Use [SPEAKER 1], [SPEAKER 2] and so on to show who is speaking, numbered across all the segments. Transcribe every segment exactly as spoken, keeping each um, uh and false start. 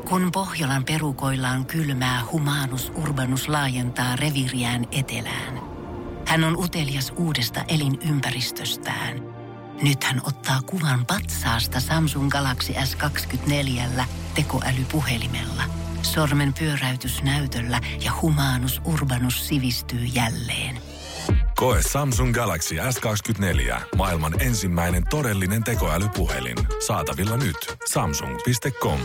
[SPEAKER 1] Kun Pohjolan perukoillaan kylmää, Humanus Urbanus laajentaa reviiriään etelään. Hän on utelias uudesta elinympäristöstään. Nyt hän ottaa kuvan patsaasta Samsung Galaxy S kaksikymmentäneljä tekoälypuhelimella. Sormen pyöräytys näytöllä ja Humanus Urbanus sivistyy jälleen.
[SPEAKER 2] Koe Samsung Galaxy S kaksikymmentäneljä. Maailman ensimmäinen todellinen tekoälypuhelin. Saatavilla nyt. samsung piste com.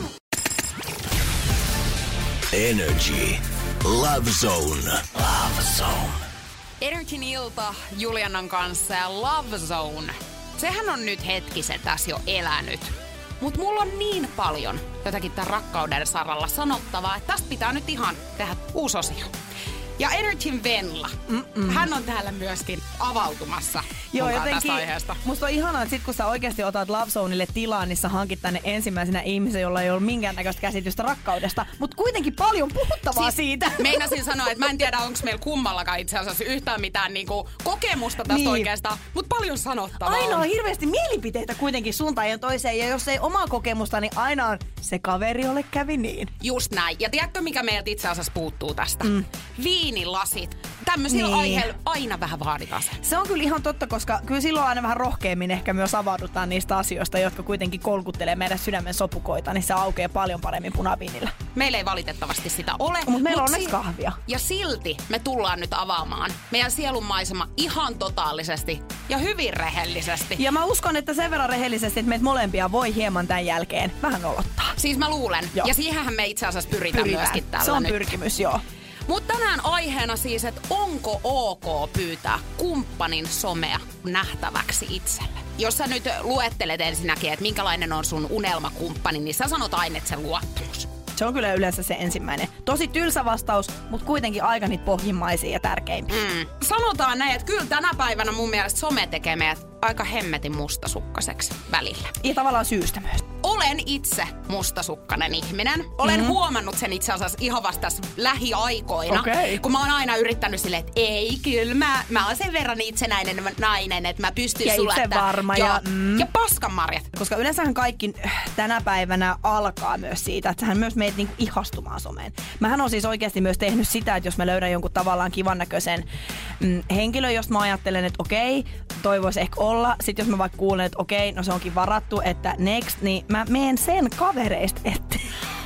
[SPEAKER 3] Energy. Love Zone. Love Zone.
[SPEAKER 4] Energyn ilta Julianan kanssa ja Love Zone. Sehän on nyt hetkisen tässä jo elänyt. Mut mulla on niin paljon jotakin tämän rakkauden saralla sanottavaa, että tästä pitää nyt ihan tehdä uusi osio. Ja Energyn Venla, Mm-mm. hän on täällä myöskin avautumassa
[SPEAKER 5] Joo,
[SPEAKER 4] mukaan
[SPEAKER 5] jotenkin,
[SPEAKER 4] tästä aiheesta.
[SPEAKER 5] Musta on ihanaa, että sit kun sä oikeasti otat Love Zoneille tilaa, niin sä hankit tänne ensimmäisenä ihmisen, jolla ei ole minkäännäköistä käsitystä rakkaudesta, mutta kuitenkin paljon puhuttavaa siis siitä.
[SPEAKER 4] Meinasin sanoa, että mä en tiedä, onko meillä kummallakaan itse asiassa yhtään mitään niinku kokemusta tästä
[SPEAKER 5] niin.
[SPEAKER 4] oikeastaan, mutta paljon sanottavaa.
[SPEAKER 5] Aina
[SPEAKER 4] on
[SPEAKER 5] on hirveästi mielipiteitä kuitenkin suuntaan ja toiseen, ja jos ei omaa kokemusta, niin aina on se kaveri, jolle kävi niin.
[SPEAKER 4] Just näin. Ja tiedätkö, mikä meiltä itse asiassa puuttuu tästä? Mm. Viinilasit. Tämmöisillä
[SPEAKER 5] niin.
[SPEAKER 4] aiheilla aina vähän vaaditaan se.
[SPEAKER 5] Se on kyllä ihan totta, koska kyllä silloin aina vähän rohkeammin ehkä myös avaudutaan niistä asioista, jotka kuitenkin kolkuttelee meidän sydämen sopukoita, niin se aukeaa paljon paremmin punaviinillä.
[SPEAKER 4] Meillä ei valitettavasti sitä ole.
[SPEAKER 5] Mutta meillä
[SPEAKER 4] mut
[SPEAKER 5] on
[SPEAKER 4] si-
[SPEAKER 5] onneksi kahvia.
[SPEAKER 4] Ja silti me tullaan nyt avaamaan meidän sielunmaisema ihan totaalisesti ja hyvin rehellisesti.
[SPEAKER 5] Ja mä uskon, että sen verran rehellisesti, että meitä molempia voi hieman tämän jälkeen vähän olottaa.
[SPEAKER 4] Siis mä luulen.
[SPEAKER 5] Joo.
[SPEAKER 4] Ja siihenhän me itse asiassa pyritään, pyritään. myöskin tällä
[SPEAKER 5] Se on
[SPEAKER 4] nyt.
[SPEAKER 5] pyrkimys, joo.
[SPEAKER 4] Mutta tänään aiheena siis, että onko ok pyytää kumppanin somea nähtäväksi itselle? Jos sä nyt luettelet ensinnäkin, että minkälainen on sun unelmakumppani, niin sä sanot aina, että se luottamus.
[SPEAKER 5] Se on kyllä yleensä se ensimmäinen. Tosi tylsä vastaus, mutta kuitenkin aika niitä pohjimmaisia ja tärkeimpiä.
[SPEAKER 4] Mm. Sanotaan näin, että kyllä tänä päivänä mun mielestä some tekee meidät aika hemmetin mustasukkaiseksi välillä.
[SPEAKER 5] Ja tavallaan syystä myös.
[SPEAKER 4] Olen itse mustasukkainen ihminen. Olen mm-hmm. huomannut sen itse asiassa ihan vasta tässä lähiaikoina.
[SPEAKER 5] Okay.
[SPEAKER 4] Kun mä oon aina yrittänyt silleen, että ei, kyllä mä, mä oon sen verran itsenäinen nainen, että mä pystyn
[SPEAKER 5] ja
[SPEAKER 4] sulle.
[SPEAKER 5] Ja itse varma.
[SPEAKER 4] Ja,
[SPEAKER 5] ja, mm.
[SPEAKER 4] ja paskanmarjat.
[SPEAKER 5] Koska yleensähän kaikki tänä päivänä alkaa myös siitä, että sehän myös meitä niinku ihastumaan someen. Mähän on siis oikeasti myös tehnyt sitä, että jos mä löydän jonkun tavallaan kivan näköisen mm, henkilön, josta mä ajattelen, että okei, toi voisi ehkä olla. Sitten jos mä vaikka kuulen, että okei, no se onkin varattu, että next, niin mä menen sen kavereista etti.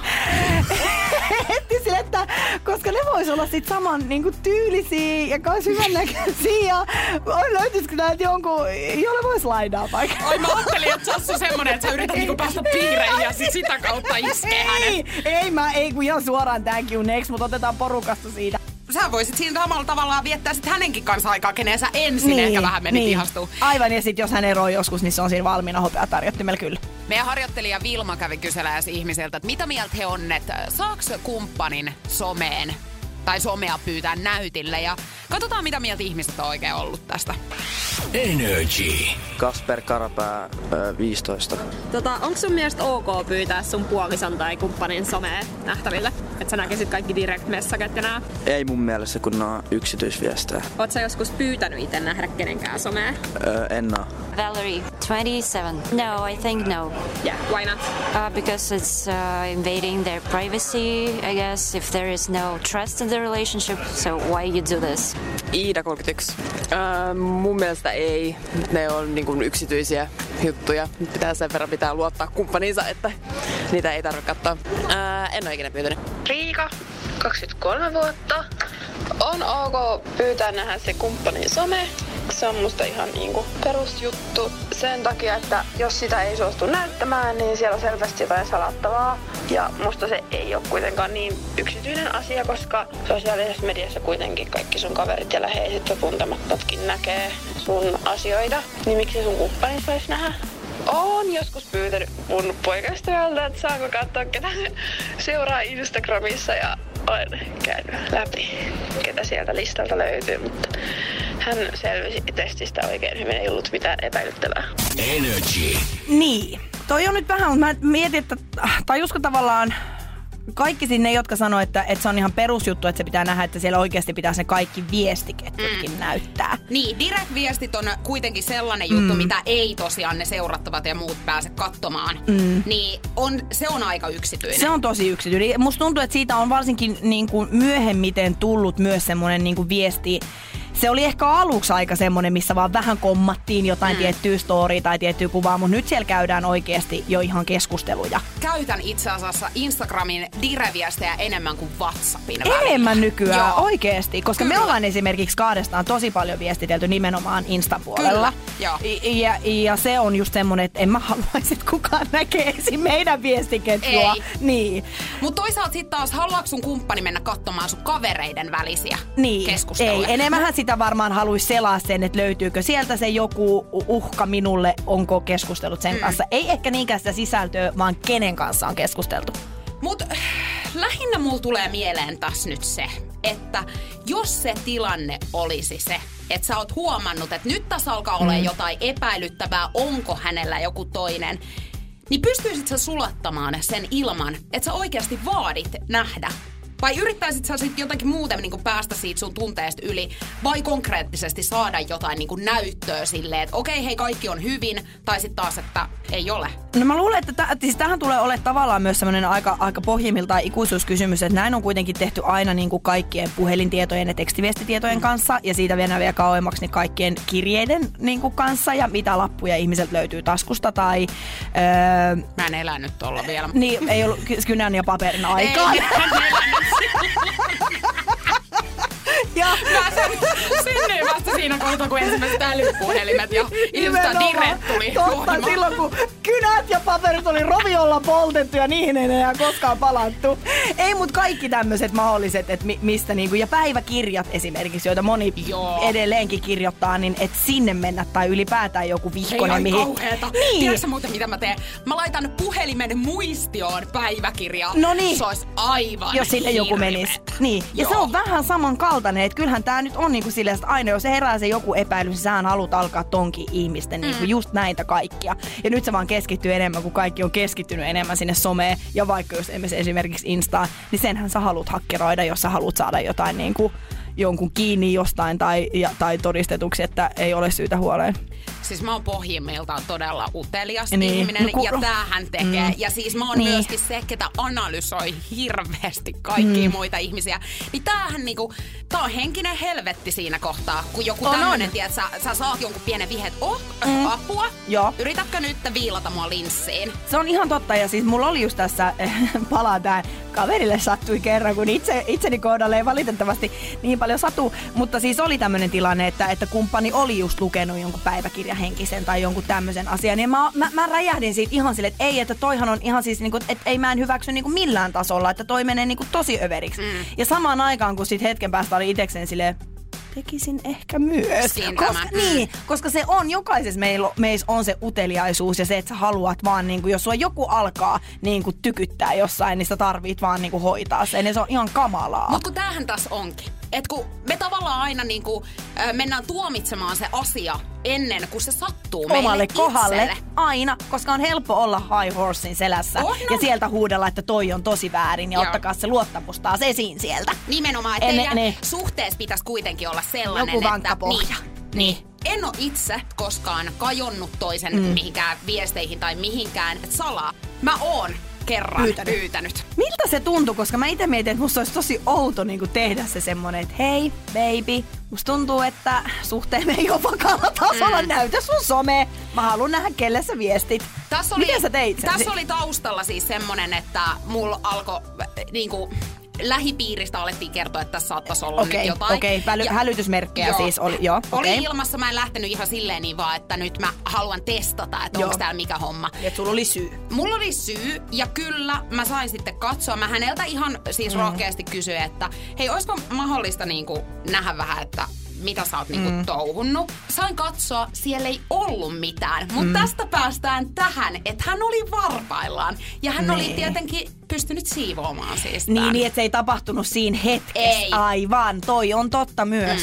[SPEAKER 5] etti sille, että koska ne vois olla sit saman niinku tyylisiä ja kans hyvännäköisiä ja löytyisikö näitä jonkun, jolle vois laidaa vaikka.
[SPEAKER 4] Oi mä ajattelin, että sä oot semmonen, että sä yrität niinku päästä piireihin ja sit sitä kautta iskee hänet.
[SPEAKER 5] Ei, ei mä, ei kun ihan suoraan thank you next, mutta otetaan porukasta siitä.
[SPEAKER 4] Sä voisit siinä samalla tavallaan viettää sit hänenkin kanssa aikaa, keneen sä ensin niin, ehkä vähän menit niin. ihastuu.
[SPEAKER 5] Aivan, ja sit jos hän eroo joskus, niin se on siinä valmiina hopeatarjottimella kyllä.
[SPEAKER 4] Meidän harjoittelija Vilma kävi kyselässä ihmisiltä, että mitä mieltä he on, että saaks kumppanin someen tai somea pyytää näytille. Ja katsotaan, mitä mieltä ihmiset on oikein ollut tästä.
[SPEAKER 3] Energy.
[SPEAKER 6] Kasper Karapää, viisitoista.
[SPEAKER 7] Tota, onko sun mielestä ok pyytää sun puolison tai kumppanin somea nähtäville? Että sä näkisit kaikki direct-messaget ja nää?
[SPEAKER 6] Ei mun mielestä, kun nää on yksityisviestejä.
[SPEAKER 7] Oot sä joskus pyytänyt itse nähdä kenenkään somea?
[SPEAKER 6] Öö, en oo.
[SPEAKER 8] Valerie, twenty-seven. No, I think no.
[SPEAKER 7] Yeah, why not?
[SPEAKER 8] Uh, because it's uh, invading their privacy, I guess, if there is no trust in the relationship. So why you do this?
[SPEAKER 9] Iida kolmekymmentäyksi. Öö, mun mielestä ei. Ne on niin kuin yksityisiä juttuja. Pitää sen verran pitää luottaa kumppaniinsa, että niitä ei tarvitse katsoa. Öö, en ole ikinä pyytänyt.
[SPEAKER 10] Riika, kaksikymmentäkolme vuotta. On ok pyytää nähdä se kumppanin some. Se on musta ihan niinku perusjuttu sen takia, että jos sitä ei suostu näyttämään, niin siellä on selvästi jotain salattavaa. Ja musta se ei ole kuitenkaan niin yksityinen asia, koska sosiaalisessa mediassa kuitenkin kaikki sun kaverit ja läheiset ja tuntemattomatkin näkee sun asioita. Niin miksi sun kumppanin saisi nähdä? Oon joskus pyytänyt mun poikaystävältä, että saanko katsoa, ketä seuraa Instagramissa, ja olen käynyt läpi, ketä sieltä listalta löytyy, mutta hän selvisi testistä oikein hyvin, ei ollut mitään epäilyttävää.
[SPEAKER 3] Energy.
[SPEAKER 5] Niin, toi on nyt vähän, mutta mä mietin, että tajusko tavallaan kaikki sinne, jotka sanoo, että, että se on ihan perusjuttu, että se pitää nähdä, että siellä oikeasti pitää se kaikki viestiketjutkin mm. näyttää.
[SPEAKER 4] Niin, direct-viestit on kuitenkin sellainen juttu, mm. mitä ei tosiaan ne seurattavat ja muut pääse katsomaan. Mm. Niin on, se on aika yksityinen.
[SPEAKER 5] Se on tosi yksityinen. Musta tuntuu, että siitä on varsinkin niin kuin myöhemmiten tullut myös semmoinen niin kuin viesti. Se oli ehkä aluksi aika semmoinen, missä vaan vähän kommattiin jotain mm. tiettyä storya tai tiettyä kuvaa, mutta nyt siellä käydään oikeasti jo ihan keskusteluja.
[SPEAKER 4] Käytän itse asiassa Instagramin direviestejä enemmän kuin WhatsAppin välillä.
[SPEAKER 5] Enemmän nykyään,
[SPEAKER 4] Joo.
[SPEAKER 5] oikeasti, koska Kyllä. me ollaan esimerkiksi kahdestaan tosi paljon viestitelty nimenomaan Insta-puolella.
[SPEAKER 4] Kyllä,
[SPEAKER 5] ja, ja se on just semmoinen, että en mä haluaisi, että kukaan näkee esim. Meidän viestiketjua.
[SPEAKER 4] Ei.
[SPEAKER 5] Niin.
[SPEAKER 4] Mutta toisaalta sitten taas, haluatko sun kumppani mennä katsomaan sun kavereiden välisiä
[SPEAKER 5] niin.
[SPEAKER 4] keskusteluja?
[SPEAKER 5] Ei, enemmänhän sitä varmaan haluaisi selaa sen, että löytyykö sieltä se joku uhka minulle, onko keskustellut sen mm. kanssa. Ei ehkä niinkään sitä sisältöä, vaan kenen kanssa on keskusteltu.
[SPEAKER 4] Mut lähinnä mulla tulee mieleen tässä nyt se, että jos se tilanne olisi se, että sä oot huomannut, että nyt tässä alkaa olla mm. jotain epäilyttävää, onko hänellä joku toinen, niin pystyisit sä sulattamaan sen ilman, että sä oikeasti vaadit nähdä? Vai yrittäisit sä sitten jotakin muuten niin kuin päästä siitä sun tunteesta yli, vai konkreettisesti saada jotain niin kuin näyttöä silleen, että okei, hei, kaikki on hyvin, tai sitten taas, että ei ole?
[SPEAKER 5] No mä luulen, että täh, siis tähän tulee olemaan tavallaan myös semmoinen aika, aika pohjimmiltaan ikuisuuskysymys, että näin on kuitenkin tehty aina niin kuin kaikkien puhelintietojen ja tekstiviestitietojen kanssa, ja siitä vielä vielä kauemmaksi niin kaikkien kirjeiden niin kuin kanssa, ja mitä lappuja ihmiseltä löytyy taskusta, tai... Öö,
[SPEAKER 4] mä en elänyt tuolla vielä.
[SPEAKER 5] Niin, ei ollut kynän ja paperin aikaa.
[SPEAKER 4] Ei, mä en elänyt. Ja mä synnyin vasta siinä kohtaa, kun ensimmäiset älypuhelimet ja Insta Direct tuli
[SPEAKER 5] Totta,
[SPEAKER 4] voimaan.
[SPEAKER 5] silloin kun kynät ja paperit oli roviolla poltettu ja niihin ei enää koskaan palattu. Ei, mut kaikki tämmöiset mahdolliset, että mi- mistä niinku, ja päiväkirjat esimerkiksi, joita moni Joo. edelleenkin kirjoittaa, niin et sinne mennä tai ylipäätään joku vihkonen.
[SPEAKER 4] Ei,
[SPEAKER 5] mihin...
[SPEAKER 4] kauheeta.
[SPEAKER 5] Niin.
[SPEAKER 4] Tiedätkö muuten, mitä mä teen? Mä laitan puhelimen muistioon päiväkirjaa.
[SPEAKER 5] No niin.
[SPEAKER 4] Se olisi aivan
[SPEAKER 5] jos sille joku menisi. Niin. Ja Joo. se on vähän samankaltainen, että kyllähän tää nyt on niinku silleen, että aina jos herää se joku epäilys, niin sähän haluat alkaa tonkin ihmisten mm. niinku just näitä kaikkia. Ja nyt se vaan keskittyy enemmän, kun kaikki on keskittynyt enemmän sinne someen ja vaikka jos esimerkiksi Instaan, niin senhän sä haluat hakkeroida, jos sä haluat saada jotain niinku jonkun kiinni jostain tai, ja, tai todistetuksi, että ei ole syytä huoleen.
[SPEAKER 4] Siis mä oon pohjimmiltaan todella utelias
[SPEAKER 5] niin.
[SPEAKER 4] ihminen
[SPEAKER 5] no, ku...
[SPEAKER 4] ja tämähän tekee. Mm. Ja siis mä oon niin. myöskin se, ketä analysoi hirveästi kaikkia mm. muita ihmisiä. Niin tämähän niinku, tää on henkinen helvetti siinä kohtaa, kun joku on, tämmönen, tiedät, sä, sä saat jonkun pienen vihet, oh, mm. apua, Joo. yritätkö nyt viilata mua linssiin?
[SPEAKER 5] Se on ihan totta ja siis mulla oli just tässä, palaa tää, kaverille sattui kerran, kun itse, itseni kohdalle ei valitettavasti niin paljon satu, mutta siis oli tämmönen tilanne, että, että kumppani oli just lukenut jonkun päiväkirjahenkisen tai jonkun tämmöisen asian. Ja mä, mä, mä räjähdin siitä ihan silleen, että ei, että toihan on ihan siis, niinku, että ei mä en hyväksy niinku millään tasolla, että toi menee niinku tosi överiksi. Mm. Ja samaan aikaan, kun sit hetken päästä oli itekseen silleen, tekisin ehkä myös. Koska, niin, koska se on, jokaisessa meissä on se uteliaisuus ja se, että sä haluat vaan, niin kuin, jos sua joku alkaa niin kuin, tykyttää jossain, niin sä tarvit vaan niin kuin, hoitaa sen. Ja se on ihan kamalaa.
[SPEAKER 4] Mutta kun tämähän tässä onkin. Että kun me tavallaan aina niin kuin, äh, mennään tuomitsemaan se asia ennen kuin se sattuu
[SPEAKER 5] omalle
[SPEAKER 4] meille
[SPEAKER 5] kohdalle.
[SPEAKER 4] Itselle.
[SPEAKER 5] Aina, koska on helppo olla high horsein selässä
[SPEAKER 4] on, no.
[SPEAKER 5] ja sieltä huudella, että toi on tosi väärin ja Joo. ottakaa se luottamus taas esiin sieltä.
[SPEAKER 4] Nimenomaan, että teidän ne, ne. suhteessa pitäisi kuitenkin olla sellainen,
[SPEAKER 5] joku vankka
[SPEAKER 4] että...
[SPEAKER 5] pohja.
[SPEAKER 4] Niin, niin. En ole itse koskaan kajonnut toisen mm. mihinkään viesteihin tai mihinkään, että salaa. Mä oon kerran pyytänyt. pyytänyt.
[SPEAKER 5] Miltä se tuntui? Koska mä itse mietin, että musta olisi tosi outo niin kuin tehdä se semmonen, että hei, baby, musta tuntuu, että suhteemme ei ole vakaalla tasolla. Mm. Näytä sun some. Mä haluan nähdä, kelle sä viestit.
[SPEAKER 4] Tässä oli,
[SPEAKER 5] Miten sä teit sen?
[SPEAKER 4] Tässä oli taustalla siis semmonen, että mulla alkoi niinku... lähipiiristä alettiin kertoa, että tässä saattaisi olla
[SPEAKER 5] okay,
[SPEAKER 4] nyt jotain.
[SPEAKER 5] Okei, okay. ja, hälytysmerkkejä
[SPEAKER 4] joo,
[SPEAKER 5] siis oli. Joo,
[SPEAKER 4] oli
[SPEAKER 5] okay.
[SPEAKER 4] ilmassa, mä en lähtenyt ihan silleen niin vaan, että nyt mä haluan testata, että onko täällä mikä homma.
[SPEAKER 5] Ja sulla oli syy.
[SPEAKER 4] Mulla oli syy ja kyllä mä sain sitten katsoa. Mä häneltä ihan siis mm. rohkeasti kysyin, että hei, olisiko mahdollista niinku nähdä vähän, että mitä sä oot niinku mm. touhunnut. Sain katsoa, siellä ei ollut mitään. Mutta mm. tästä päästään tähän, että hän oli varpaillaan. Ja hän niin. oli tietenkin pystynyt siivoamaan siis
[SPEAKER 5] Niin, niin että se ei tapahtunut siinä hetkessä.
[SPEAKER 4] Ei.
[SPEAKER 5] Aivan, toi on totta myös. Mm.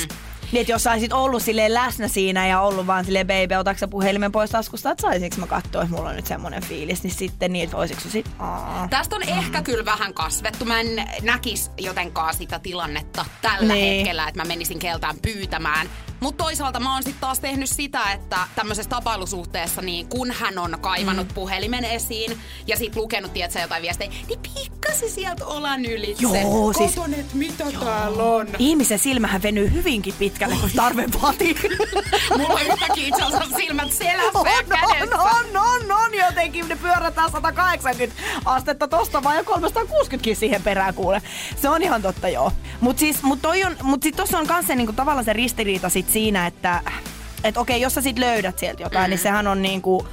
[SPEAKER 5] Niin, että jos saisit ollut silleen läsnä siinä ja ollut vaan silleen, baby, otatko sä puhelimen pois taskusta, että saisinko mä katsoa, että mulla on nyt semmonen fiilis, niin sitten niin, että voisitko sit, aa.
[SPEAKER 4] Tästä on mm. ehkä kyllä vähän kasvettu. Mä en näkisi jotenkaan sitä tilannetta tällä niin. hetkellä, että mä menisin keltään pyytämään. Mutta toisaalta mä oon sitten taas tehnyt sitä, että tämmöisessä tapailusuhteessa, niin kun hän on kaivannut mm. puhelimen esiin ja sit lukenut, tietsä, jotain viestejä, niin pikkasi sieltä olan ylitse.
[SPEAKER 5] Joo, siis...
[SPEAKER 4] Katon, et mitä joo. täällä on.
[SPEAKER 5] Ihmisen silmähän venyy hyvinkin pitkälle, kun tarve vaatii.
[SPEAKER 4] Mulla on yhtäkin itse asiassa silmät selässä on, ja kädessä.
[SPEAKER 5] On, on, on, on jotenkin. Ne pyörätään sata kahdeksankymmentä astetta tosta vaan ja kolmesataakuusikymmentäkin siihen perään kuule. Se on ihan totta, joo. Mut siis, mut toi on, mut sit tossa on kans se niinku tavallaan se ristiriita sit siinä, että et okei, jos sä sit löydät sieltä jotain, mm. niin sehän on niinku,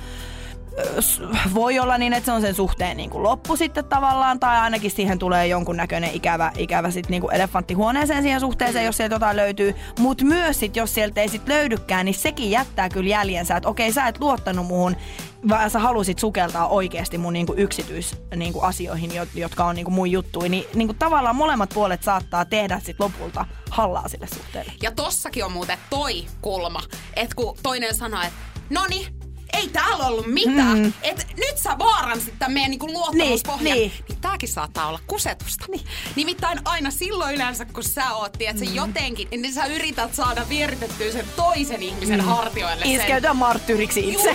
[SPEAKER 5] voi olla niin, että se on sen suhteen niinku loppu sitten tavallaan, tai ainakin siihen tulee jonkunnäköinen ikävä, ikävä sit niinku elefanttihuoneeseen siihen suhteeseen, jos sieltä jotain löytyy. Mut myös sit, jos sieltä ei sit löydykään, niin sekin jättää kyllä jäljensä, että okei, sä et luottanut muhun, vaan sä halusit sukeltaa oikeasti mun niinku yksityisasioihin, niinku jotka on niinku mun juttui, niin niinku tavallaan molemmat puolet saattaa tehdä sit lopulta hallaa sille suhteelle.
[SPEAKER 4] Ja tossakin on muuten toi kulma, että kun toinen sanoo, että noni, ei täällä ollut mitään, mm. että nyt sä vaaransit tämän meidän niinku luottamuspohjan, niin, niin. niin tääkin saattaa olla kusetusta. Niin. Nimittäin aina silloin yleensä, kun sä oot, että mm. jotenkin, niin sä yrität saada vieritettyä sen toisen ihmisen mm. hartioille sen.
[SPEAKER 5] Iskeytyä marttyyriksi itse.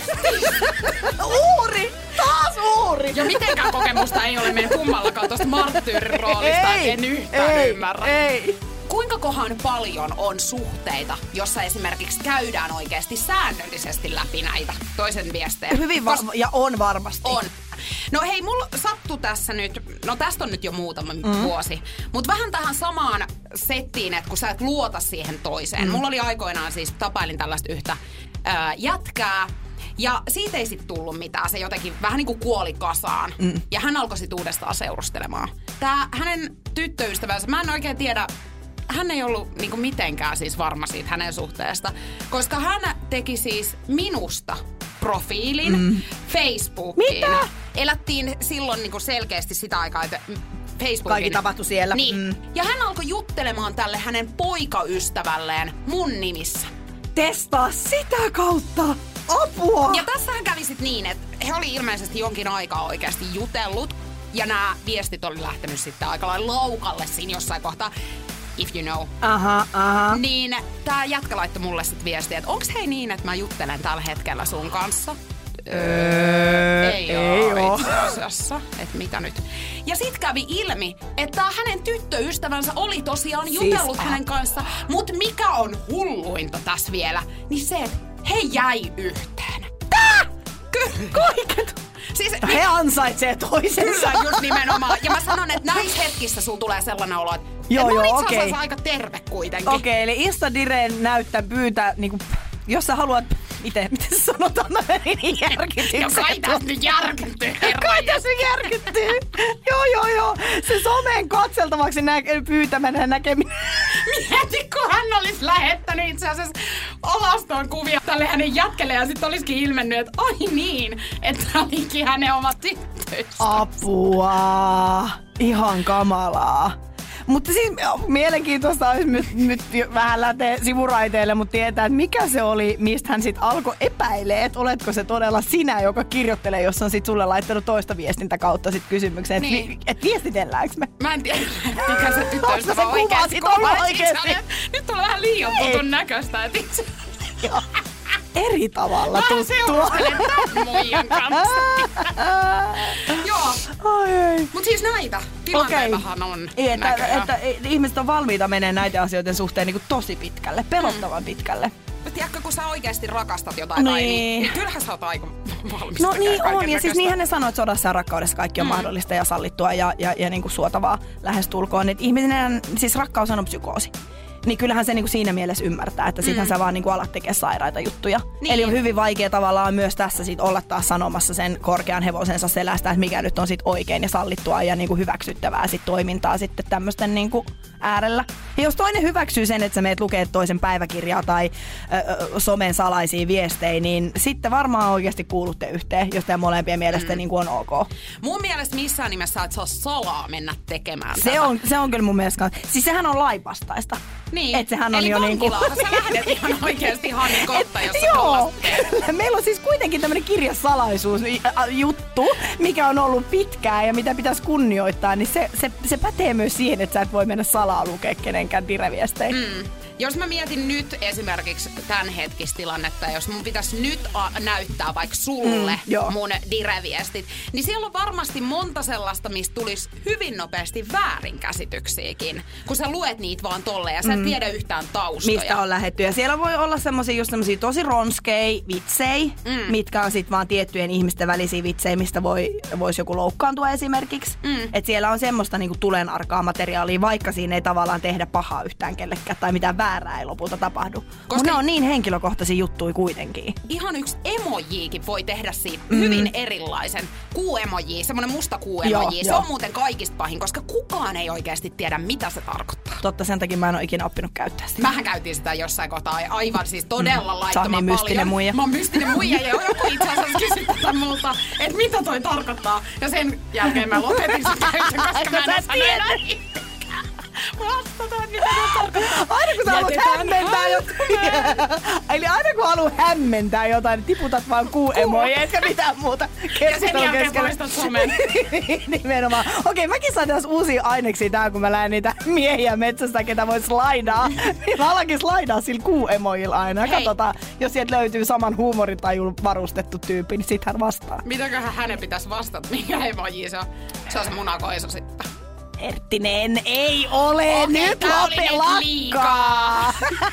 [SPEAKER 5] Uuri! Taas uuri!
[SPEAKER 4] Ja mitenkään kokemusta ei ole meidän kummallakaan tuosta marttyyrin roolista, ei, en yhtään ei, ymmärrä. Ei. Kuinka kohan paljon on suhteita, jossa esimerkiksi käydään oikeasti säännöllisesti läpi näitä toisen viestejä?
[SPEAKER 5] Hyvin va- Kos- ja on varmasti.
[SPEAKER 4] On. No hei, mulla sattuu tässä nyt, no tästä on nyt jo muutama mm. vuosi, mutta vähän tähän samaan settiin, että kun sä et luota siihen toiseen. Mm. Mulla oli aikoinaan siis, tapailin tällaista yhtä ää, jätkää, ja siitä ei sit tullut mitään. Se jotenkin vähän niin kuin kuoli kasaan. Mm. Ja hän alkoi sit uudestaan seurustelemaan. Tää hänen tyttöystävänsä, mä en oikein tiedä, hän ei ollut niinku mitenkään siis varma siitä hänen suhteesta, koska hän teki siis minusta profiilin mm. Facebookiin.
[SPEAKER 5] Mitä?
[SPEAKER 4] Elättiin silloin niinku selkeästi sitä aikaa, että Facebookin.
[SPEAKER 5] Kaikki tapahtui siellä.
[SPEAKER 4] Niin. Mm. Ja hän alkoi juttelemaan tälle hänen poikaystävälleen mun nimissä.
[SPEAKER 5] Testaa sitä kautta! Apua!
[SPEAKER 4] Ja tässähän kävi sit niin, että he oli ilmeisesti jonkin aikaa oikeasti jutellut. Ja nämä viestit oli lähtenyt sitten aika lailla laukalle siinä jossain kohtaa. If you know.
[SPEAKER 5] Aha, aha.
[SPEAKER 4] Niin tää jätkä laittoi mulle sit viestiä, että onks hei niin, että mä juttelen tällä hetkellä sun kanssa? Öö, ei, ei oo itse asiassa. Että mitä nyt? Ja sit kävi ilmi, että hänen tyttöystävänsä oli tosiaan jutellut siis, hänen kanssa. Mut mikä on hulluinta tässä vielä, niin se, että he jäi yhteen.
[SPEAKER 5] Tää! Kaiket!
[SPEAKER 4] Siis,
[SPEAKER 5] he niin, ansaitsee toisensa.
[SPEAKER 4] Kyllä, just nimenomaan. Ja mä sanon, että näissä hetkissä sulla tulee sellainen olo, että
[SPEAKER 5] joo,
[SPEAKER 4] et
[SPEAKER 5] joo,
[SPEAKER 4] mä olin itse
[SPEAKER 5] okay.
[SPEAKER 4] asiassa aika terve kuitenkin.
[SPEAKER 5] Okei, okay, eli Instadireen näyttää pyytää, niinku, jos sä haluat, miten, miten se sanotaan, mä menin järkytyin.
[SPEAKER 4] Ja kai täs nyt järkyttyy, herra.
[SPEAKER 5] Kai täs nyt järkyttyy. joo, joo, joo. Se someen katseltavaksi nä- pyytäminen ja näkeminen.
[SPEAKER 4] Mieti, kun hän olisi lähettänyt itse asiassa olastoon kuvia tälle hänen jätkelle ja sitten olisikin ilmennyt, että ai niin, että olikin hänen omat tyttöystävänsä.
[SPEAKER 5] Apua. Ihan kamalaa. Mutta siis mielenkiintoista olisi nyt, nyt vähän lähteä sivuraiteille, mutta tietää, että mikä se oli, mistä hän sitten alkoi epäilee, että oletko se todella sinä, joka kirjoittelee, jos on sitten sulle laittanut toista viestintä kautta sitten kysymykseen, että niin. et viestitelläänkö me?
[SPEAKER 4] Mä en tiedä, mikä se tyttöystävä oikeasti
[SPEAKER 5] kuvaa oikeasti.
[SPEAKER 4] Nyt on vähän liian tutun näköistä, että itse
[SPEAKER 5] eri tavalla tuttua.
[SPEAKER 4] Mä seurustelen tämän muijan kanssa. Joo.
[SPEAKER 5] Ai ei.
[SPEAKER 4] Mut siis näitä tilanteitahan on
[SPEAKER 5] okay. että, että, että ihmiset on valmiita menee näiden asioiden suhteen niin tosi pitkälle, pelottavan mm. pitkälle.
[SPEAKER 4] Tiedätkö, kun sä oikeasti rakastat jotain, niin, niin, niin kyllähän sä oot aika valmis.
[SPEAKER 5] No niin on, ja siis niinhän ne sanoo, että sodassa ja rakkaudessa kaikki on mm. mahdollista ja sallittua ja, ja, ja niin kuin suotavaa lähestulkoon. Että ihminen, siis rakkaus on psykoosi. Niin kyllähän se niinku siinä mielessä ymmärtää, että sittenhän mm. sä vaan niinku alat tekemään sairaita juttuja. Niin. Eli on hyvin vaikea tavallaan myös tässä sit olla taas sanomassa sen korkean hevosensa selästä, että mikä nyt on sit oikein ja sallittua ja niinku hyväksyttävää sit toimintaa sitten tämmöisten niinku äärellä. Ja jos toinen hyväksyy sen, että sä meet lukee toisen päiväkirjaa tai ö, somen salaisia viestejä, niin sitten varmaan oikeasti kuulutte yhteen, jos teidän molempien mielestä mm. niinku on ok.
[SPEAKER 4] Mun mielestä missään nimessä et saa salaa mennä tekemään
[SPEAKER 5] se on, se on kyllä mun mielestä. Siis sehän on lainvastaista.
[SPEAKER 4] Niin.
[SPEAKER 5] Et sehän on
[SPEAKER 4] eli
[SPEAKER 5] jo niinku...
[SPEAKER 4] vankilaan sä lähdet ihan oikeesti Hanin kohta, jos sä
[SPEAKER 5] Joo.
[SPEAKER 4] tollasta teet.
[SPEAKER 5] Meillä on siis kuitenkin tämmönen kirjasalaisuusjuttu, mikä on ollut pitkään ja mitä pitäisi kunnioittaa, niin se, se, se pätee myös siihen, että sä et voi mennä salaa lukea kenenkään direviestejä.
[SPEAKER 4] Mm. Jos mä mietin nyt esimerkiksi tämän hetkistä tilannetta, jos mun pitäisi nyt a- näyttää vaikka sulle mm, mun direviestit, niin siellä on varmasti monta sellaista, mistä tulisi hyvin nopeasti väärinkäsityksiäkin, kun sä luet niitä vaan tolleen ja sä et mm. tiedä yhtään taustoja.
[SPEAKER 5] Mistä on lähdetty. Ja siellä voi olla semmosia just semmosia tosi ronskei vitsei, mm. mitkä on sit vaan tiettyjen ihmisten välisiä vitsejä, mistä voi, voisi joku loukkaantua esimerkiksi. Mm. Et siellä on semmoista niinku tulenarkaa materiaalia, vaikka siinä ei tavallaan tehdä pahaa yhtään kellekään tai mitään väärää ei lopulta tapahdu. Mutta ne on niin henkilökohtaisia juttuja kuitenkin.
[SPEAKER 4] Ihan yksi emojiikin voi tehdä siitä mm. hyvin erilaisen. Kuu-emoji, semmoinen musta kuu-emoji. Se jo. on muuten kaikista pahin, koska kukaan ei oikeasti tiedä, mitä se tarkoittaa.
[SPEAKER 5] Totta, sen takia mä en ole ikinä oppinut käyttää sitä.
[SPEAKER 4] Mähän käytiin sitä jossain kohtaa aivan siis todella mm. laittoman
[SPEAKER 5] niin
[SPEAKER 4] paljon.
[SPEAKER 5] mystinen muija.
[SPEAKER 4] Mä oon mystinen muija ja joku itse asiassa kysyi tätä multa, että mitä toi tarkoittaa. Ja sen jälkeen mä lopetin sen käytön, koska mä en osannut enää. Vastataan, mitä ne tarkoittaa.
[SPEAKER 5] Aina kun sä haluat hämmentää jotain. Eli aina kun haluat hämmentää jotain, niin tiputat vaan kuu-emoja, etkä mitään muuta.
[SPEAKER 4] Ja sen jälkeen poistat somen.
[SPEAKER 5] Nimenomaan. Okei, mäkin saan tässä uusia aineksia tähän, kun mä lähden niitä miehiä metsästä, ketä voi slaidaa. Mä alankin slaidaa sillä kuu-emojilla aina. Hei. Katsotaan, jos sieltä löytyy saman huumoritajulla varustettu tyyppi, niin sit hän vastaa.
[SPEAKER 4] Mitäköhän hänen pitäisi vastata, mikä emoji se on? Se on se munakoiso sitten.
[SPEAKER 5] Erttinen, ei ole,
[SPEAKER 4] Okei,
[SPEAKER 5] nyt lope lakkaa.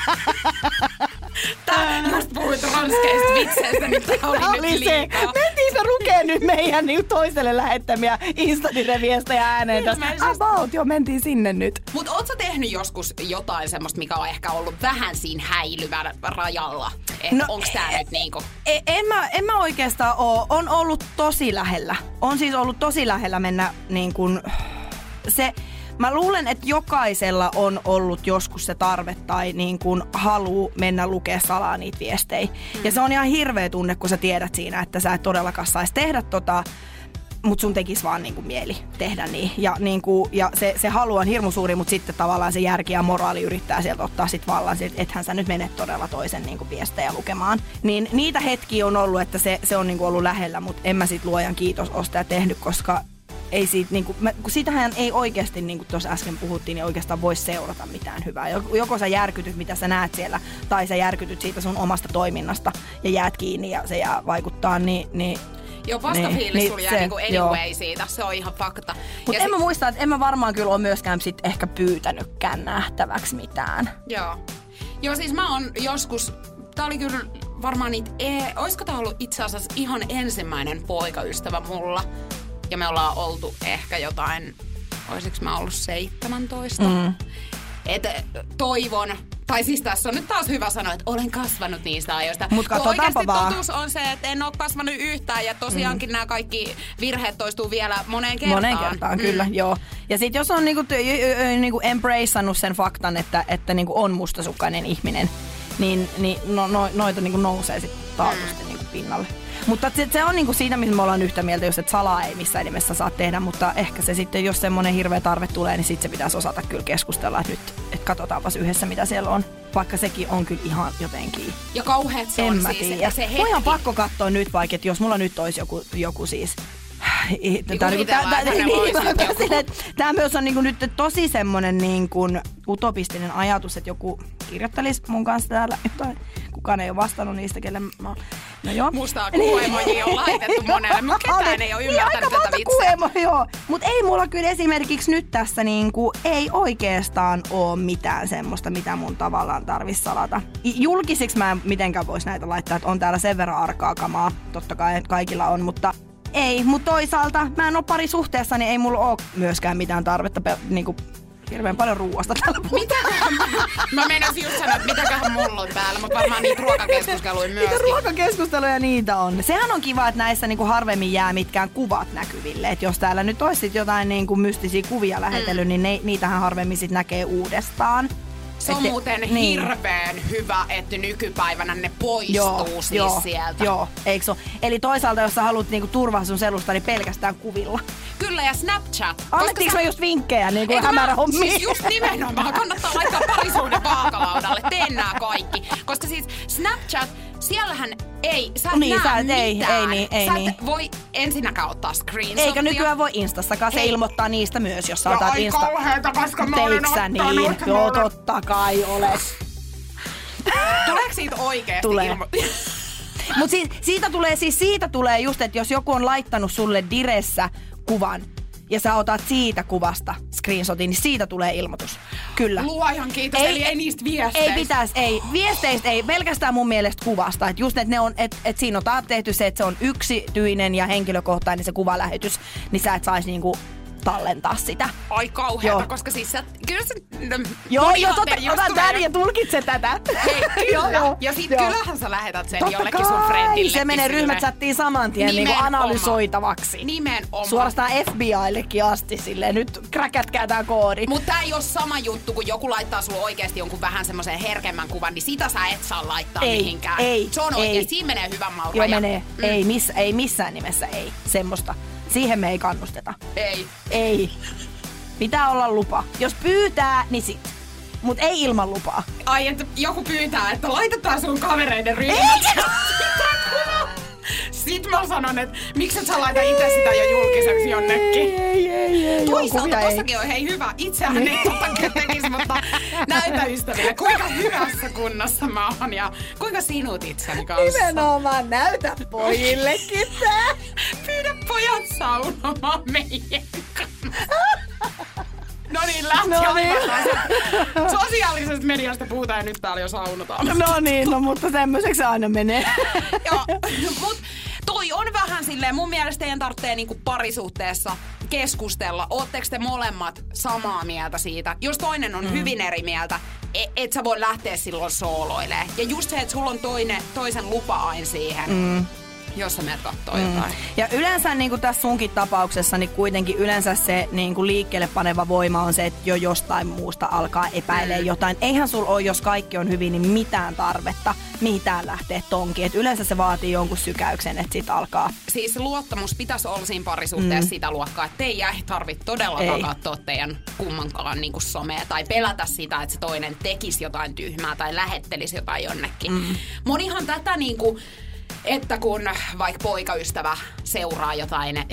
[SPEAKER 4] Tää just puhuit ranskeista vitseistä, niin tää oli, oli nyt liikaa.
[SPEAKER 5] Se. Mentiin se lukee nyt meidän niin toiselle lähettämiä Instadireviestejä ääneen tässä. About, joo, mentiin sinne nyt.
[SPEAKER 4] Mut oot sä tehnyt joskus jotain semmoista, mikä on ehkä ollut vähän siinä häilyvän rajalla? Että no, onks tää e- nyt niinku?
[SPEAKER 5] E- en, mä, en mä oikeastaan oo. On ollut tosi lähellä. On siis ollut tosi lähellä mennä niin kuin... Se, mä luulen, että jokaisella on ollut joskus se tarve tai niin kuin halu mennä lukea salaa niitä viestejä. Mm. Ja se on ihan hirveä tunne, kun sä tiedät siinä, että sä et todellakaan saisi tehdä tota, mutta sun tekisi vaan niin kuin mieli tehdä niin. Ja, niin kuin, ja se, se halu on hirmu suuri, mutta sitten tavallaan se järki ja moraali yrittää sieltä ottaa sit vallan, että ethän sä nyt mene todella toisen niin kuin viestejä lukemaan. Niin niitä hetkiä on ollut, että se, se on niin kuin ollut lähellä, mutta en mä sit luojan kiitos ole sitä tehnyt, koska ei siitä, niin kuin, kun siitähän ei oikeasti, niin kuin tuossa äsken puhuttiin, niin oikeastaan voi seurata mitään hyvää. Joko sä järkytyt, mitä sä näet siellä, tai sä järkytyt siitä sun omasta toiminnasta ja jäät kiinni ja se jää vaikuttaa, niin... niin
[SPEAKER 4] joo, vastafiilis niin, tuli jää niinku anyway joo. siitä, se on ihan fakta.
[SPEAKER 5] Mutta en sit... mä muista, että en mä varmaan kyllä ole myöskään sit ehkä pyytänytkään nähtäväksi mitään.
[SPEAKER 4] Joo. Joo, siis mä oon joskus, tää oli kyllä varmaan niitä, e- oisko tää ollut itse asiassa ihan ensimmäinen poikaystävä mulla? Ja me ollaan oltu ehkä jotain, olisiko mä ollut seitsemäntoista. Mm. Et toivon, tai siis tässä on nyt taas hyvä sanoa, että olen kasvanut niistä ajoista.
[SPEAKER 5] Mut katsotaanpa vaan.
[SPEAKER 4] Totuus on se, että en ole kasvanut yhtään ja tosiaankin mm. nämä kaikki virheet toistuu vielä moneen kertaan.
[SPEAKER 5] Moneen kertaan, mm. kyllä, joo. Ja sit jos on niinku, niinku embraceannut sen faktan, että, että niinku on mustasukkainen ihminen, niin, niin no, no, noita niinku nousee sit taatusti mm. niinku pinnalle. Mutta se, se on niinku siitä, missä me ollaan yhtä mieltä, jos et salaa ei missään nimessä saa tehdä, mutta ehkä se sitten, jos semmoinen hirveä tarve tulee, niin sitten se pitäisi osata kyllä keskustella, että nyt et katsotaanpas yhdessä, mitä siellä on. Vaikka sekin on kyllä ihan jotenkin...
[SPEAKER 4] Ja kauheat se on siis,
[SPEAKER 5] tiedä. Se hetki. Mä ihan pakko katsoa nyt vaikka, että jos mulla nyt olisi joku, joku siis... Tämä myös on niinku nyt tosi semmoinen niinku utopistinen ajatus, että joku kirjoittelisi mun kanssa täällä jotain. Kukaan ei ole vastannut niistä, kelle mä... No joo.
[SPEAKER 4] Mustaa kuuemojia on laitettu monelle, mutta ketään ei ole ymmärtänyt tätä vitseä.
[SPEAKER 5] Joo, mutta ei mulla kyllä esimerkiksi nyt tässä niinku, ei oikeastaan ole mitään semmoista, mitä mun tavallaan tarvitsisi salata. Julkisiksi mä en mitenkään vois näitä laittaa, että on täällä sen verran arkaa kamaa. Totta kai kaikilla on, mutta... Ei, mutta toisaalta mä en ole parisuhteessa, niin ei mulla ole myöskään mitään tarvetta pe- niinku hirveän paljon ruuasta tällä puolella.
[SPEAKER 4] Mitäköhän? Mä meinasin just sanoa, että mitäköhän mulla on täällä, mutta varmaan niitä ruokakeskusteluja myöskin.
[SPEAKER 5] Niitä ruokakeskusteluja niitä on. Sehän on kiva, että näissä niinku harvemmin jää mitkään kuvat näkyville. Et jos täällä nyt olisi sit jotain niinku mystisiä kuvia lähetellyt, mm. niin ne, niitähän harvemmin sit näkee uudestaan.
[SPEAKER 4] Se on Ette, muuten niin. hirveän hyvä, että nykypäivänä ne poistuu joo, siis
[SPEAKER 5] joo,
[SPEAKER 4] sieltä.
[SPEAKER 5] Joo, eikö se ole? Eli toisaalta, jos sä haluat niinku turvaa sun selusta, niin pelkästään kuvilla.
[SPEAKER 4] Kyllä, ja Snapchat.
[SPEAKER 5] Annettiinko sä... me just vinkkejä niin kuin hämärä hommiin?
[SPEAKER 4] Siis just nimenomaan. Kannattaa laittaa parisuuden vaakalaudalle. Teen nää kaikki. Koska siis Snapchat, siellähän ei, sä et
[SPEAKER 5] niin,
[SPEAKER 4] näe
[SPEAKER 5] sä,
[SPEAKER 4] mitään.
[SPEAKER 5] Ei, ei, niin, ei,
[SPEAKER 4] sä et
[SPEAKER 5] niin.
[SPEAKER 4] voi ensinnäkään ottaa screenshottia.
[SPEAKER 5] Eikä nykyään voi Instassakaan, se ilmoittaa niistä myös, jos sä
[SPEAKER 4] ja
[SPEAKER 5] otat
[SPEAKER 4] Insta. Ja ai kauheeta, koska mä olen ottanut.
[SPEAKER 5] Niin? Joo, totta kai olet.
[SPEAKER 4] Tuleeko siitä oikeesti
[SPEAKER 5] Tulee.
[SPEAKER 4] ilmo...
[SPEAKER 5] Mut siis, siitä tulee siis siitä tulee just, että jos joku on laittanut sulle diressä kuvan ja sä otat siitä kuvasta screenshotin, niin siitä tulee ilmoitus. Kyllä.
[SPEAKER 4] Luojan kiitos, ei, eli ei niistä viesteistä.
[SPEAKER 5] Ei pitäisi, ei. Viesteistä ei, pelkästään mun mielestä kuvasta. Että just, että ne on, että et siinä on taas tehty se, että se on yksityinen ja henkilökohtainen se kuvalähetys, niin sä et saisi niinku tallentaa sitä.
[SPEAKER 4] Ai kauheeta, koska siis sä... Kyllä sä...
[SPEAKER 5] Joo, joo, totta, otan tän ja tulkitse tätä.
[SPEAKER 4] Hei, kyllä.
[SPEAKER 5] joo,
[SPEAKER 4] ja sit
[SPEAKER 5] joo.
[SPEAKER 4] kyllähän sä lähetät sen
[SPEAKER 5] totta
[SPEAKER 4] jollekin
[SPEAKER 5] kai.
[SPEAKER 4] sun friendille.
[SPEAKER 5] Se menee ryhmächattiin saman tien niinku analysoitavaksi.
[SPEAKER 4] Nimenomaan. Suorastaan
[SPEAKER 5] F B I:llekin asti silleen, nyt kräkätkää tää koodi.
[SPEAKER 4] Mut tää ei oo sama juttu, kun joku laittaa sulle oikeesti jonkun vähän semmoisen herkemmän kuvan, niin sitä sä et saa laittaa
[SPEAKER 5] ei,
[SPEAKER 4] mihinkään.
[SPEAKER 5] Ei,
[SPEAKER 4] se on
[SPEAKER 5] ei.
[SPEAKER 4] oikeesti, siinä menee hyvän maun
[SPEAKER 5] Joo,
[SPEAKER 4] raja.
[SPEAKER 5] menee. Mm. Ei, miss, ei missään nimessä ei. Semmosta. Siihen me ei kannusteta.
[SPEAKER 4] Ei.
[SPEAKER 5] Ei. Pitää olla lupa. Jos pyytää, niin sit. Mut ei ilman lupaa.
[SPEAKER 4] Ai, että joku pyytää, että laitetaan sun kavereiden ryhmät. Sitten mä sanon, että miksi et sä laita itse sitä jo julkiseksi jonnekin.
[SPEAKER 5] Ei, ei, ei.
[SPEAKER 4] Toisaalta tossakin on hei hyvä. Itsehän ei totta tekisi, mutta näytä ystäville, kuinka hyvässä kunnossa mä oon ja kuinka sinut itseni kanssa.
[SPEAKER 5] Nimenomaan näytä pojillekin tää.
[SPEAKER 4] Pyydä pojat saunomaan meidän kanssa. No niin, lähti
[SPEAKER 5] no niin.
[SPEAKER 4] Sosiaalisesta mediasta puhutaan ja nyt täällä jo saunotaan.
[SPEAKER 5] No niin, no mutta semmoiseksi se aina menee.
[SPEAKER 4] Joo, mut toi on vähän silleen, mun mielestä teidän tarvitsee niinku parisuhteessa keskustella. Ootteko te molemmat samaa mieltä siitä? Jos toinen on mm. hyvin eri mieltä, et, et sä voi lähteä silloin sooloilemaan. Ja just se, että sulla on toinen, toisen lupa aina siihen. Mm. Jos sä menet kattoo mm. jotain.
[SPEAKER 5] Ja yleensä niin kuin tässä sunkin tapauksessa, niin kuitenkin yleensä se niin kuin liikkeelle paneva voima on se, että jo jostain muusta alkaa epäilee mm. jotain. Eihän sulla ole, jos kaikki on hyvin, niin mitään tarvetta mitään lähteä tonkiin. Et yleensä se vaatii jonkun sykäyksen, että sit alkaa.
[SPEAKER 4] Siis luottamus pitäisi olla siinä parisuhteessa mm. sitä luokkaa, että teidän ei tarvitse todellakaan katsoa teidän kummankaan niin kuin somea tai pelätä sitä, että se toinen tekisi jotain tyhmää tai lähettelisi jotain jonnekin. Mm. Monihan tätä niin kuin että kun vaikka poikaystävä seuraa jotain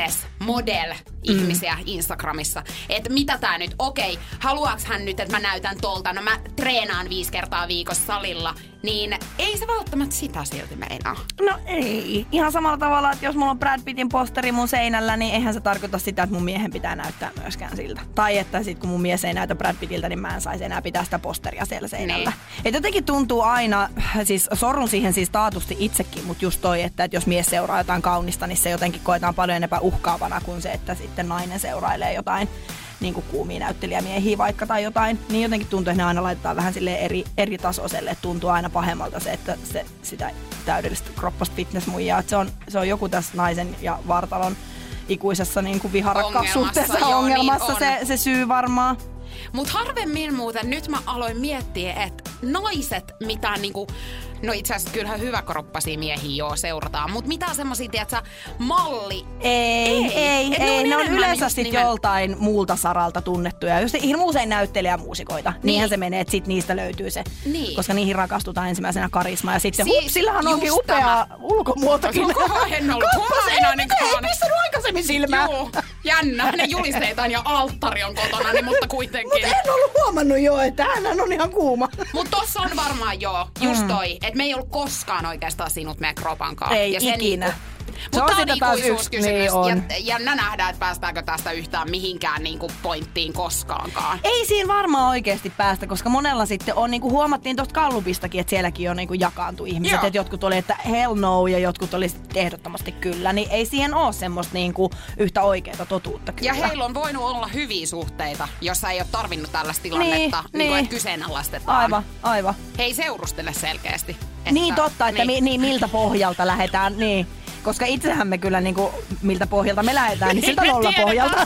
[SPEAKER 4] fitness-model-ihmisiä mm. Instagramissa, että mitä tää nyt, okei, haluaaks hän nyt, että mä näytän tolta, no mä treenaan viisi kertaa viikossa salilla, niin ei se välttämättä sitä silti meinaa.
[SPEAKER 5] No ei. Ihan samalla tavalla, että jos mulla on Brad Pittin posteri mun seinällä, niin eihän se tarkoita sitä, että mun miehen pitää näyttää myöskään siltä. Tai että sit kun mun mies ei näytä Brad Pittiltä, niin mä en saisi enää pitää sitä posteria siellä seinällä. Niin. Et jotenkin tuntuu aina, siis sorrun siihen siis taatusti itsekin, mutta just toi, että, että jos mies seuraa jotain kaunista, niin se jotenkin koetaan paljon enemmän uhkaavana kuin se, että sitten nainen seurailee jotain niin kuin kuumia näyttelijämiehiä vaikka tai jotain, niin jotenkin tuntuu, että ne aina laitetaan vähän silleen eri, eri tasoiselle, että tuntuu aina pahemmalta se, että se, sitä täydellistä kroppasta fitnessmuijaa, että se on, se on joku tässä naisen ja vartalon ikuisessa niin kuin viharakkaussuhteessa ongelmassa, ongelmassa niin se, se syy varmaan.
[SPEAKER 4] Mut harvemmin muuten nyt mä aloin miettiä, että naiset mitään niinku, no itse asiassa kyllähän hyväkroppaisia miehiä joo seurataan, mut mitään semmosia, tiiätsä, malli.
[SPEAKER 5] Ei, ei, ei, ei. Ne on, ne on yleensä sit nimen... joltain muulta saralta tunnettuja. Just hirmu usein näyttelijämuusikoita. Niin. Niinhän se menee, että sit niistä löytyy se. Niin. Koska niihin rakastutaan ensimmäisenä karisma ja sitten siis, hups, sillähän onkin upea ulkomuotokin.
[SPEAKER 4] En ollut huomainen.
[SPEAKER 5] Ei pistänyt aikaisemmin silmää.
[SPEAKER 4] Joo, jännä. Ne julisteitaan ja alttari on kotona, niin, mutta kuitenkin.
[SPEAKER 5] Mutta en ollut huomannut jo, että hän on ihan kuuma.
[SPEAKER 4] Mut tossa on varmaan joo, just toi, että me ei ollut koskaan oikeastaan sinut meidän kropankaan.
[SPEAKER 5] Ei
[SPEAKER 4] ja
[SPEAKER 5] ikinä.
[SPEAKER 4] Niinku, mutta tää on ikuisuuskysymys. Niin ja jännä nähdä, että päästäänkö tästä yhtään mihinkään niinku pointtiin koskaankaan.
[SPEAKER 5] Ei siinä varmaan oikeasti päästä, koska monella sitten on, niinku huomattiin tuosta Gallupistakin, että sielläkin on niinku jakaantu ihmiset. Että jotkut oli, että hell no, ja jotkut oli ehdottomasti kyllä. Niin ei siihen ole semmoista niinku yhtä oikeaa totuutta kyllä.
[SPEAKER 4] Ja heillä on voinut olla hyviä suhteita, jossa ei ole tarvinnut tällaista tilannetta,
[SPEAKER 5] niin,
[SPEAKER 4] niin,
[SPEAKER 5] niin.
[SPEAKER 4] että kyseenalaistetaan.
[SPEAKER 5] Aivan, aivan.
[SPEAKER 4] He ei seurustele selkeästi. Että,
[SPEAKER 5] niin totta, että
[SPEAKER 4] niin.
[SPEAKER 5] Mi, niin, miltä pohjalta lähdetään, niin. Koska itsehän me kyllä niinku, miltä pohjalta me lähdetään, niin siltä nolla pohjalta.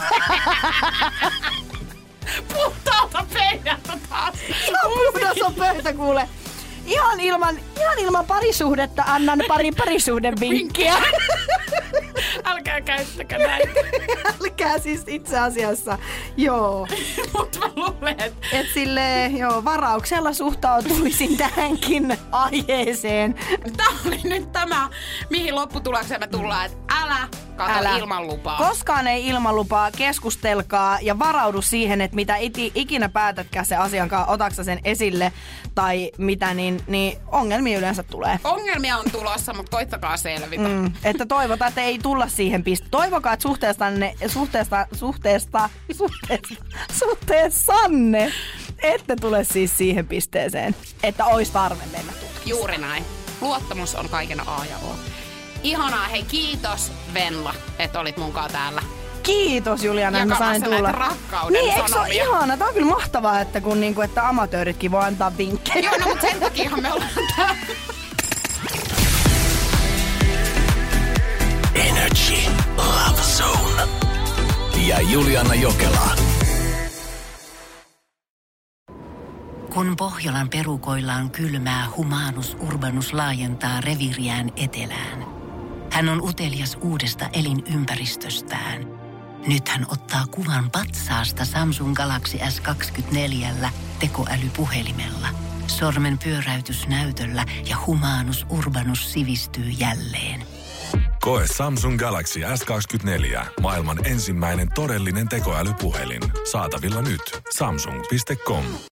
[SPEAKER 4] Puhtaalta pöydältä taas.
[SPEAKER 5] Ihan puhdas on pöytä, kuule. Ihan ilman, ihan ilman parisuhdetta annan pari parisuhden vinkkiä.
[SPEAKER 4] Älkää käyttäkö näitä.
[SPEAKER 5] Älkää siis itse asiassa, joo.
[SPEAKER 4] Mutta mä luulen, että...
[SPEAKER 5] Et silleen, joo, varauksella suhtautuisin tähänkin aiheeseen.
[SPEAKER 4] Tää oli nyt tämä, mihin lopputulokseen me tullaan, että älä kato älä. ilman lupaa.
[SPEAKER 5] Koskaan ei ilman lupaa, keskustelkaa ja varaudu siihen, että mitä iti, ikinä päätätkään se asiankaan, otaksa sen esille tai mitä, niin, niin ongelmia yleensä tulee.
[SPEAKER 4] Ongelmia on tulossa, mutta koittakaa selvitä. Mm,
[SPEAKER 5] että toivotaan, että ei tulla siihen pisteeseen. Toivokaa, että suhteestanne, suhteesta, suhteesta, suhteesta, suhteessanne ette tule siis siihen pisteeseen, että olisi tarve mennä tutkimaan.
[SPEAKER 4] Juuri näin. Luottamus on kaiken A ja O. Ihanaa, hei kiitos Venla, että olit munkaan täällä.
[SPEAKER 5] Kiitos Juliana, että mä sain tulla.
[SPEAKER 4] Näitä rakkauden
[SPEAKER 5] niin, eikö se ole
[SPEAKER 4] sanomia?
[SPEAKER 5] ihana? Tää on kyllä mahtavaa, että, kun, niinku, että amatööritkin voi antaa vinkkejä.
[SPEAKER 4] Joo, no mutta sen takiahan me ollaan täällä.
[SPEAKER 3] Energy Love Zone ja Juliana Jokela.
[SPEAKER 1] Kun Pohjolan perukoillaan kylmää, Humanus Urbanus laajentaa reviiriään etelään. Hän on utelias uudesta elinympäristöstään. Nyt hän ottaa kuvan patsaasta Samsung Galaxy S kaksikymmentäneljä tekoälypuhelimella. Sormen pyöräytys näytöllä ja Humanus Urbanus sivistyy jälleen.
[SPEAKER 2] Koe Samsung Galaxy S kaksikymmentäneljä, maailman ensimmäinen todellinen tekoälypuhelin. Saatavilla nyt. Samsung piste com.